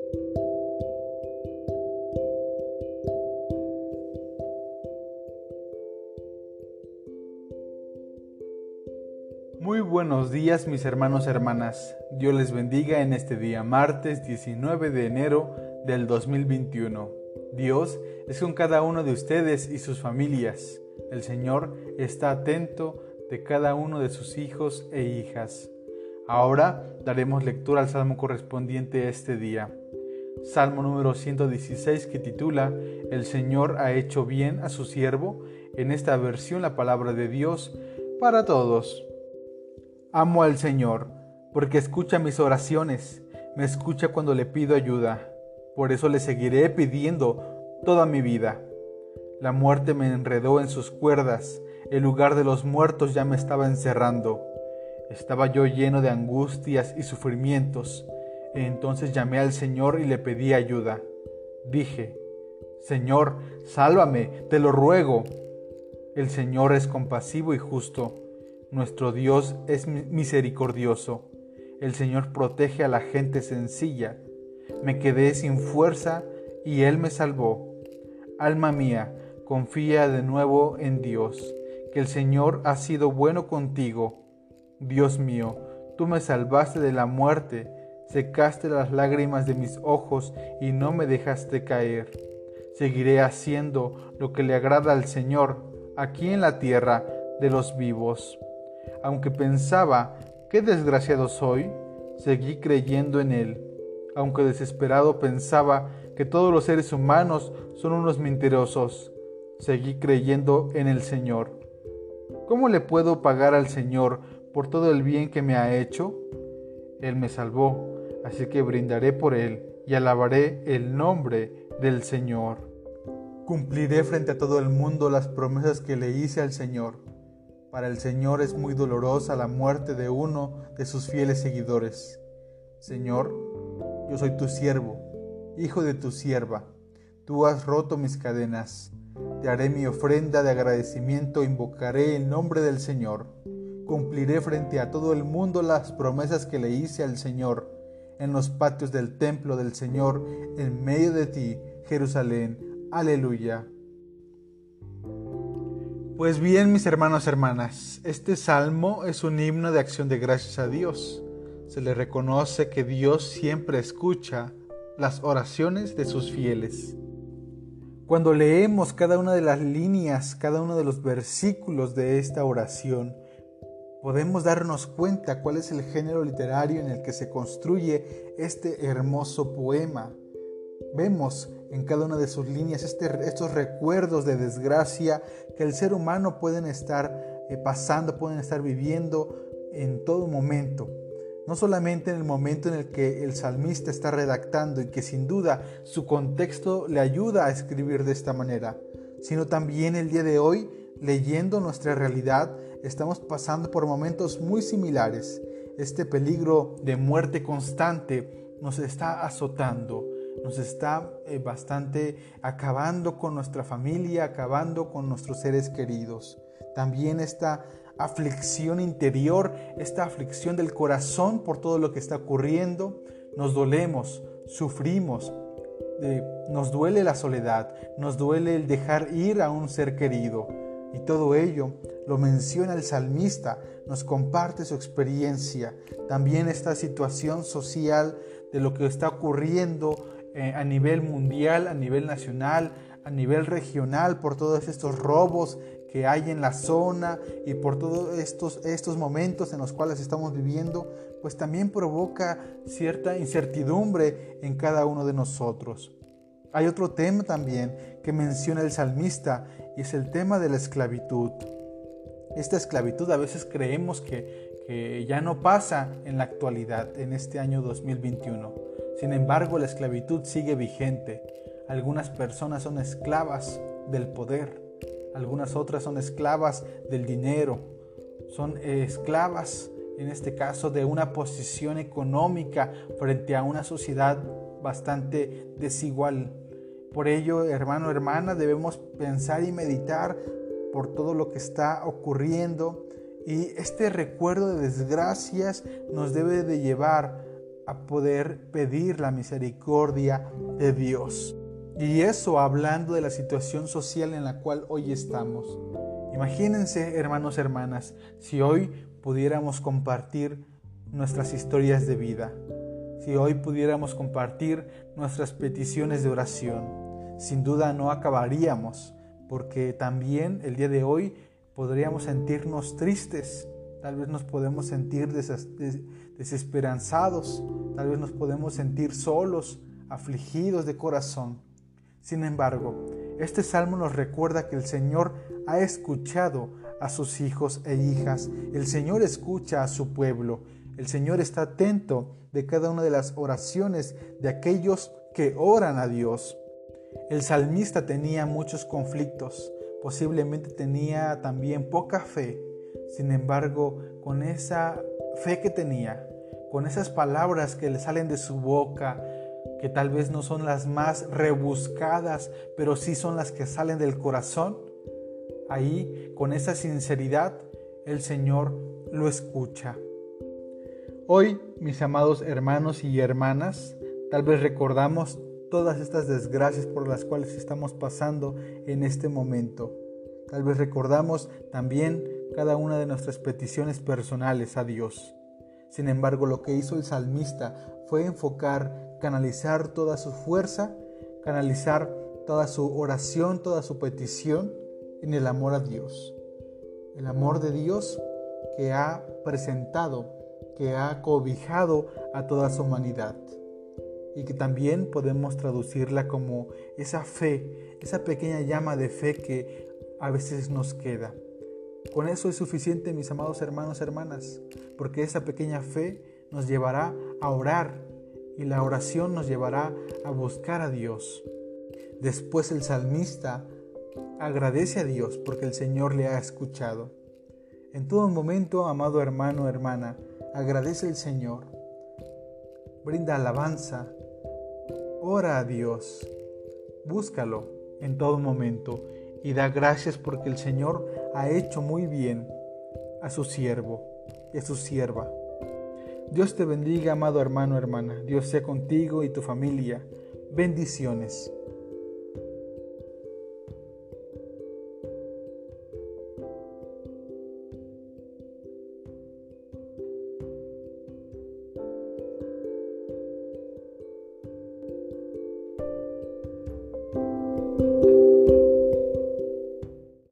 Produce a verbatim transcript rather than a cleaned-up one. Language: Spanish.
Muy buenos días, mis hermanos y hermanas. Dios les bendiga en este día, martes diecinueve de enero del dos mil veintiuno. Dios es con cada uno de ustedes y sus familias. El Señor está atento de cada uno de sus hijos e hijas. Ahora daremos lectura al salmo correspondiente a este día. Salmo número ciento dieciséis, que titula El Señor ha hecho bien a su siervo. En esta versión, la palabra de Dios para todos. Amo al Señor, porque escucha mis oraciones, me escucha cuando le pido ayuda. Por eso le seguiré pidiendo toda mi vida. La muerte me enredó en sus cuerdas, el lugar de los muertos ya me estaba encerrando. Estaba yo lleno de angustias y sufrimientos. Entonces llamé al Señor y le pedí ayuda. Dije: Señor, sálvame, te lo ruego. El Señor es compasivo y justo. Nuestro Dios es misericordioso. El Señor protege a la gente sencilla. Me quedé sin fuerza y Él me salvó. Alma mía, confía de nuevo en Dios, que el Señor ha sido bueno contigo. Dios mío, tú me salvaste de la muerte, secaste las lágrimas de mis ojos y no me dejaste caer. Seguiré haciendo lo que le agrada al Señor, aquí en la tierra de los vivos. Aunque pensaba, qué desgraciado soy, seguí creyendo en Él. Aunque desesperado pensaba que todos los seres humanos son unos mentirosos, seguí creyendo en el Señor. ¿Cómo le puedo pagar al Señor por todo el bien que me ha hecho? Él me salvó, así que brindaré por Él y alabaré el nombre del Señor. Cumpliré frente a todo el mundo las promesas que le hice al Señor. Para el Señor es muy dolorosa la muerte de uno de sus fieles seguidores. Señor, yo soy tu siervo, hijo de tu sierva. Tú has roto mis cadenas. Te haré mi ofrenda de agradecimiento, invocaré el nombre del Señor. Cumpliré frente a todo el mundo las promesas que le hice al Señor, en los patios del templo del Señor, en medio de ti, Jerusalén. Aleluya. Pues bien, mis hermanos y hermanas, este salmo es un himno de acción de gracias a Dios. Se le reconoce que Dios siempre escucha las oraciones de sus fieles. Cuando leemos cada una de las líneas, cada uno de los versículos de esta oración, podemos darnos cuenta cuál es el género literario en el que se construye este hermoso poema. Vemos en cada una de sus líneas este, estos recuerdos de desgracia que el ser humano pueden estar eh, pasando, pueden estar viviendo en todo momento. No solamente en el momento en el que el salmista está redactando y que sin duda su contexto le ayuda a escribir de esta manera, sino también el día de hoy, leyendo nuestra realidad, estamos pasando por momentos muy similares. Este peligro de muerte constante nos está azotando, nos está eh, bastante acabando con nuestra familia, acabando con nuestros seres queridos. También esta aflicción interior, esta aflicción del corazón por todo lo que está ocurriendo, nos dolemos, sufrimos, eh, nos duele la soledad, nos duele el dejar ir a un ser querido. Y todo ello lo menciona el salmista, nos comparte su experiencia. También esta situación social de lo que está ocurriendo eh, a nivel mundial, a nivel nacional, a nivel regional, por todos estos robos que hay en la zona y por todos estos, estos momentos en los cuales estamos viviendo, pues también provoca cierta incertidumbre en cada uno de nosotros. Hay otro tema también que menciona el salmista y es el tema de la esclavitud. Esta esclavitud a veces creemos que, que ya no pasa en la actualidad, en este año dos mil veintiuno. Sin embargo, la esclavitud sigue vigente. Algunas personas son esclavas del poder, algunas otras son esclavas del dinero, son esclavas, en este caso, de una posición económica frente a una sociedad bastante desigual. Por ello, hermano, hermana, debemos pensar y meditar por todo lo que está ocurriendo, y este recuerdo de desgracias nos debe de llevar a poder pedir la misericordia de Dios. Y eso hablando de la situación social en la cual hoy estamos. Imagínense, hermanos, hermanas, si hoy pudiéramos compartir nuestras historias de vida, si hoy pudiéramos compartir nuestras peticiones de oración, sin duda no acabaríamos, porque también el día de hoy podríamos sentirnos tristes, tal vez nos podemos sentir des- des- desesperanzados, tal vez nos podemos sentir solos, afligidos de corazón. Sin embargo, este salmo nos recuerda que el Señor ha escuchado a sus hijos e hijas, el Señor escucha a su pueblo, el Señor está atento de cada una de las oraciones de aquellos que oran a Dios. El salmista tenía muchos conflictos, posiblemente tenía también poca fe. Sin embargo, con esa fe que tenía, con esas palabras que le salen de su boca, que tal vez no son las más rebuscadas, pero sí son las que salen del corazón, ahí, con esa sinceridad, el Señor lo escucha. Hoy, mis amados hermanos y hermanas, tal vez recordamos todas estas desgracias por las cuales estamos pasando en este momento. Tal vez recordamos también cada una de nuestras peticiones personales a Dios. Sin embargo, lo que hizo el salmista fue enfocar, canalizar toda su fuerza, canalizar toda su oración, toda su petición en el amor a Dios. El amor de Dios que ha presentado, que ha cobijado a toda su humanidad. Y que también podemos traducirla como esa fe, esa pequeña llama de fe que a veces nos queda. Con eso es suficiente, mis amados hermanos y hermanas, porque esa pequeña fe nos llevará a orar y la oración nos llevará a buscar a Dios. Después el salmista agradece a Dios porque el Señor le ha escuchado. En todo momento, amado hermano o hermana, agradece al Señor, brinda alabanza, ora a Dios, búscalo en todo momento y da gracias porque el Señor ha hecho muy bien a su siervo y a su sierva. Dios te bendiga, amado hermano o hermana. Dios sea contigo y tu familia. Bendiciones.